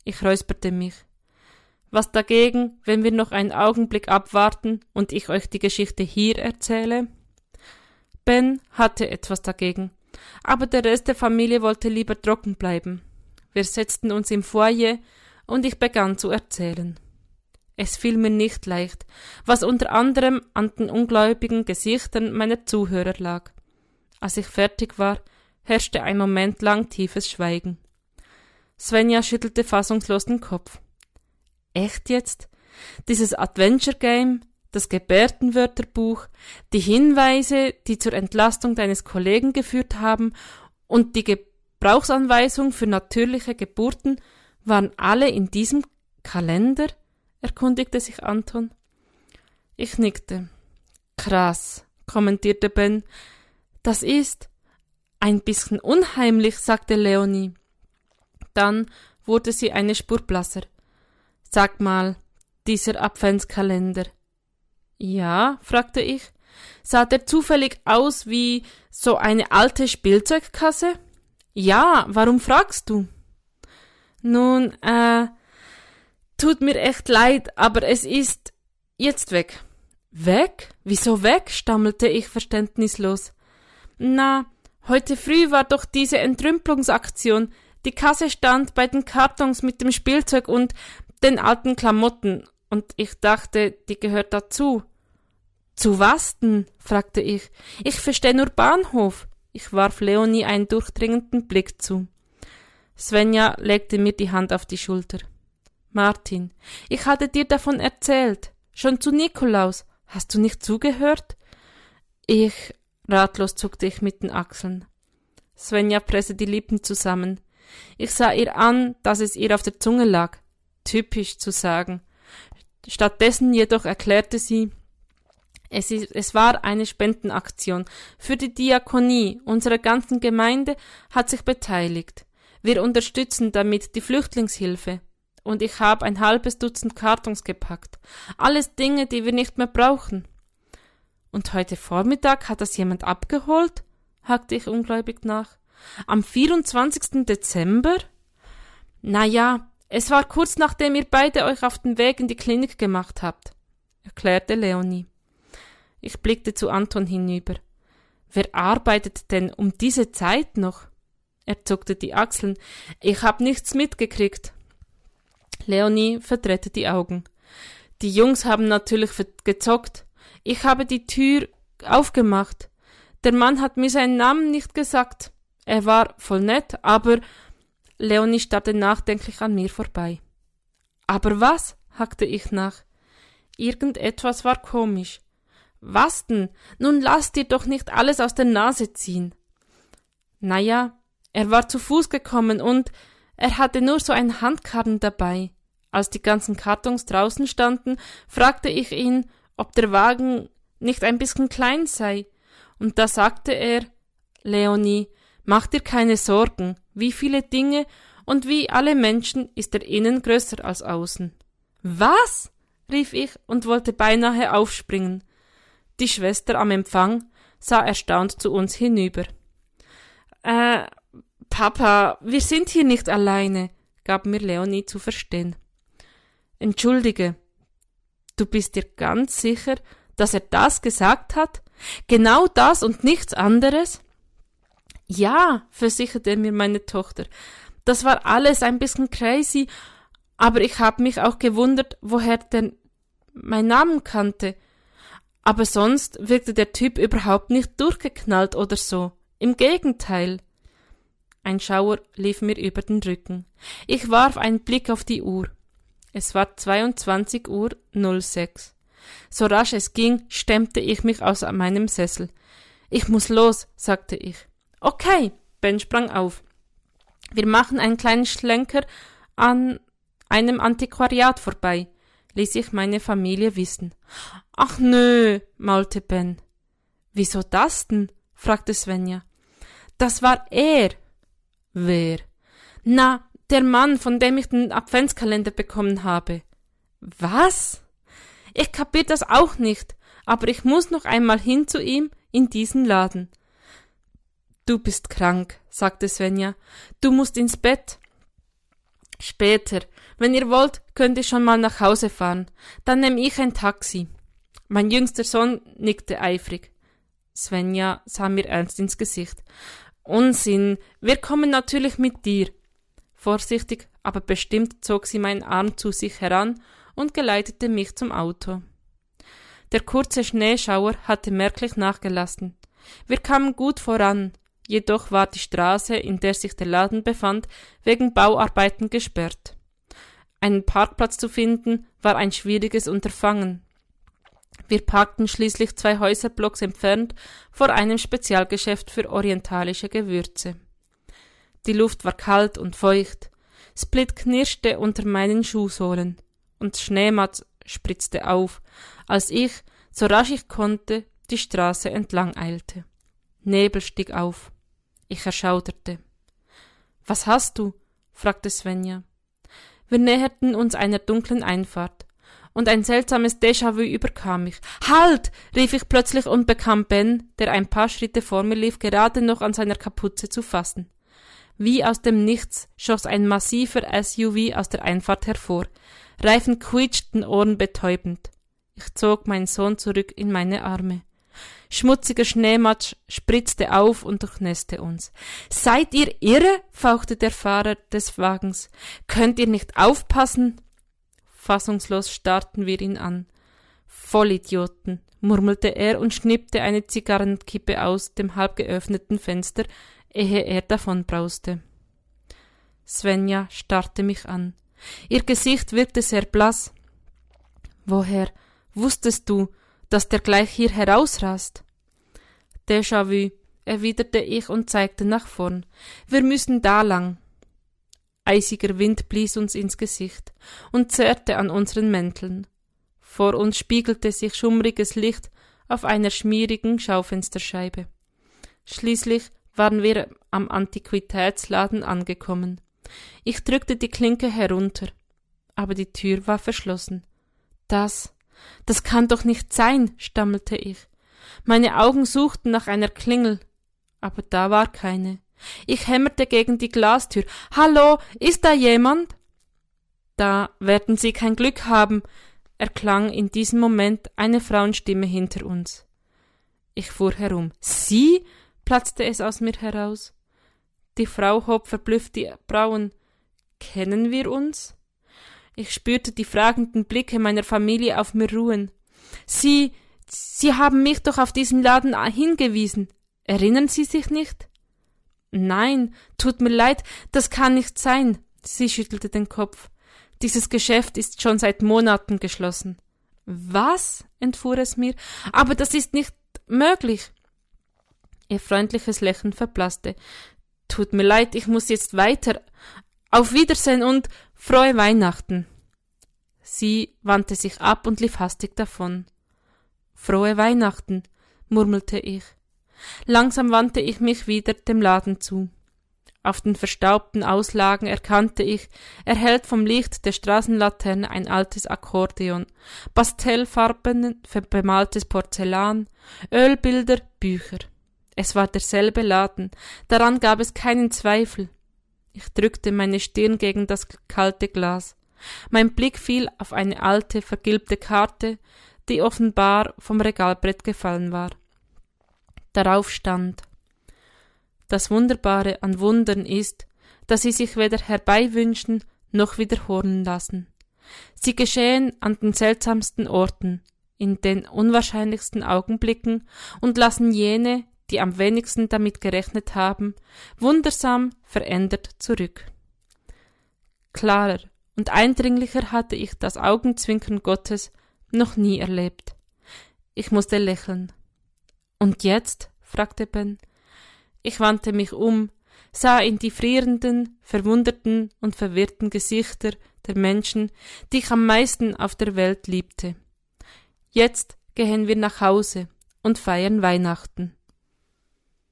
Ich räusperte mich. Was dagegen, wenn wir noch einen Augenblick abwarten und ich euch die Geschichte hier erzähle? Ben hatte etwas dagegen, aber der Rest der Familie wollte lieber trocken bleiben. Wir setzten uns im Foyer und ich begann zu erzählen. Es fiel mir nicht leicht, was unter anderem an den ungläubigen Gesichtern meiner Zuhörer lag. Als ich fertig war, herrschte ein Moment lang tiefes Schweigen. Svenja schüttelte fassungslos den Kopf. Echt jetzt? Dieses Adventure-Game, das Gebärdenwörterbuch, die Hinweise, die zur Entlastung deines Kollegen geführt haben und die Gebrauchsanweisung für natürliche Geburten waren alle in diesem Kalender? Erkundigte sich Anton. Ich nickte. Krass, kommentierte Ben. Das ist ein bisschen unheimlich, sagte Leonie. Dann wurde sie eine Spur blasser. Sag mal, dieser Adventskalender. Ja, fragte ich. Sah der zufällig aus wie so eine alte Spielzeugkasse? Ja, warum fragst du? Nun, tut mir echt leid, aber es ist jetzt weg. Weg? Wieso weg? Stammelte ich verständnislos. Na, heute früh war doch diese Entrümpelungsaktion. Die Kasse stand bei den Kartons mit dem Spielzeug und den alten Klamotten, und ich dachte, die gehört dazu. Zu was denn? Fragte ich. Ich verstehe nur Bahnhof. Ich warf Leonie einen durchdringenden Blick zu. Svenja legte mir die Hand auf die Schulter. Martin, ich hatte dir erzählt. Schon zu Nikolaus. Hast du nicht zugehört? Ratlos zuckte ich mit den Achseln. Svenja presste die Lippen zusammen. Ich sah ihr an, dass es ihr auf der Zunge lag. Typisch zu sagen. Stattdessen jedoch erklärte sie, es war eine Spendenaktion für die Diakonie. Unsere ganze Gemeinde hat sich beteiligt. Wir unterstützen damit die Flüchtlingshilfe. Und ich habe ein halbes Dutzend Kartons gepackt. Alles Dinge, die wir nicht mehr brauchen. Und heute Vormittag hat das jemand abgeholt? Hakte ich ungläubig nach. Am 24. Dezember? Na ja, es war kurz nachdem ihr beide euch auf den Weg in die Klinik gemacht habt, erklärte Leonie. Ich blickte zu Anton hinüber. Wer arbeitet denn um diese Zeit noch? Er zuckte die Achseln. Ich hab nichts mitgekriegt. Leonie verdrehte die Augen. Die Jungs haben natürlich gezockt. Ich habe die Tür aufgemacht. Der Mann hat mir seinen Namen nicht gesagt. Er war voll nett, aber Leonie starrte nachdenklich an mir vorbei. Aber was? Hackte ich nach. Irgendetwas war komisch. Was denn? Nun lass dir doch nicht alles aus der Nase ziehen. Naja, er war zu Fuß gekommen und er hatte nur so einen Handkarren dabei. Als die ganzen Kartons draußen standen, fragte ich ihn, ob der Wagen nicht ein bisschen klein sei. Und da sagte er, Leonie, mach dir keine Sorgen, wie viele Dinge und wie alle Menschen ist er innen größer als außen. Was? Rief ich und wollte beinahe aufspringen. Die Schwester am Empfang sah erstaunt zu uns hinüber. Papa, wir sind hier nicht alleine, gab mir Leonie zu verstehen. Entschuldige, du bist dir ganz sicher, dass er das gesagt hat? Genau das und nichts anderes? Ja, versicherte mir meine Tochter. Das war alles ein bisschen crazy, aber ich habe mich auch gewundert, woher der meinen Namen kannte. Aber sonst wirkte der Typ überhaupt nicht durchgeknallt oder so. Im Gegenteil. Ein Schauer lief mir über den Rücken. Ich warf einen Blick auf die Uhr. Es war 22:06 Uhr. So rasch es ging, stemmte ich mich aus meinem Sessel. Ich muss los, sagte ich. Okay, Ben sprang auf. Wir machen einen kleinen Schlenker an einem Antiquariat vorbei, ließ ich meine Familie wissen. Ach nö, maulte Ben. Wieso das denn? Fragte Svenja. Das war er. Wer? Na, der Mann, von dem ich den Adventskalender bekommen habe. Was? Ich kapier das auch nicht, aber ich muss noch einmal hin zu ihm in diesen Laden. Du bist krank, sagte Svenja. Du musst ins Bett. Später, wenn ihr wollt, könnt ihr schon mal nach Hause fahren. Dann nehme ich ein Taxi. Mein jüngster Sohn nickte eifrig. Svenja sah mir ernst ins Gesicht. Unsinn, wir kommen natürlich mit dir. Vorsichtig, aber bestimmt zog sie meinen Arm zu sich heran und geleitete mich zum Auto. Der kurze Schneeschauer hatte merklich nachgelassen. Wir kamen gut voran, jedoch war die Straße, in der sich der Laden befand, wegen Bauarbeiten gesperrt. Einen Parkplatz zu finden, war ein schwieriges Unterfangen. Wir parkten schließlich 2 Häuserblocks entfernt vor einem Spezialgeschäft für orientalische Gewürze. Die Luft war kalt und feucht, Split knirschte unter meinen Schuhsohlen und Schneematsch spritzte auf, als ich, so rasch ich konnte, die Straße entlang eilte. Nebel stieg auf. Ich erschauderte. »Was hast du?« fragte Svenja. Wir näherten uns einer dunklen Einfahrt, und ein seltsames Déjà-vu überkam mich. »Halt!« rief ich plötzlich und bekam Ben, der ein paar Schritte vor mir lief, gerade noch an seiner Kapuze zu fassen. Wie aus dem Nichts schoss ein massiver SUV aus der Einfahrt hervor. Reifen quietschten ohrenbetäubend. Ich zog meinen Sohn zurück in meine Arme. Schmutziger Schneematsch spritzte auf und durchnässte uns. »Seid ihr irre?« fauchte der Fahrer des Wagens. »Könnt ihr nicht aufpassen?« Fassungslos starrten wir ihn an. »Vollidioten«, murmelte er und schnippte eine Zigarrenkippe aus dem halb geöffneten Fenster, ehe er davonbrauste. Svenja starrte mich an. Ihr Gesicht wirkte sehr blass. »Woher wusstest du, dass der gleich hier herausrast?« »Déjà-vu«, erwiderte ich und zeigte nach vorn. »Wir müssen da lang.« Eisiger Wind blies uns ins Gesicht und zerrte an unseren Mänteln. Vor uns spiegelte sich schummriges Licht auf einer schmierigen Schaufensterscheibe. Schließlich waren wir am Antiquitätsladen angekommen. Ich drückte die Klinke herunter, aber die Tür war verschlossen. Das kann doch nicht sein«, stammelte ich. Meine Augen suchten nach einer Klingel, aber da war keine. Ich hämmerte gegen die Glastür. »Hallo, ist da jemand?« »Da werden Sie kein Glück haben«, erklang in diesem Moment eine Frauenstimme hinter uns. Ich fuhr herum. »Sie?« platzte es aus mir heraus. Die Frau hob verblüfft die Brauen. »Kennen wir uns?« Ich spürte die fragenden Blicke meiner Familie auf mir ruhen. »Sie haben mich doch auf diesen Laden hingewiesen. Erinnern Sie sich nicht?« »Nein, tut mir leid, das kann nicht sein«, sie schüttelte den Kopf. »Dieses Geschäft ist schon seit Monaten geschlossen.« »Was?«, entfuhr es mir. »Aber das ist nicht möglich.« Ihr freundliches Lächeln verblasste. »Tut mir leid, ich muss jetzt weiter. Auf Wiedersehen und frohe Weihnachten.« Sie wandte sich ab und lief hastig davon. »Frohe Weihnachten«, murmelte ich. Langsam wandte ich mich wieder dem Laden zu. Auf den verstaubten Auslagen erkannte ich, erhellt vom Licht der Straßenlaterne, ein altes Akkordeon, pastellfarben bemaltes Porzellan, Ölbilder, Bücher. Es war derselbe Laden, daran gab es keinen Zweifel. Ich drückte meine Stirn gegen das kalte Glas. Mein Blick fiel auf eine alte, vergilbte Karte, die offenbar vom Regalbrett gefallen war. Darauf stand: »Das Wunderbare an Wundern ist, dass sie sich weder herbeiwünschen noch wiederholen lassen. Sie geschehen an den seltsamsten Orten, in den unwahrscheinlichsten Augenblicken und lassen jene, die am wenigsten damit gerechnet haben, wundersam verändert zurück.« Klarer und eindringlicher hatte ich das Augenzwinkern Gottes noch nie erlebt. Ich musste lächeln. »Und jetzt?«, fragte Ben. Ich wandte mich um, sah in die frierenden, verwunderten und verwirrten Gesichter der Menschen, die ich am meisten auf der Welt liebte. »Jetzt gehen wir nach Hause und feiern Weihnachten.«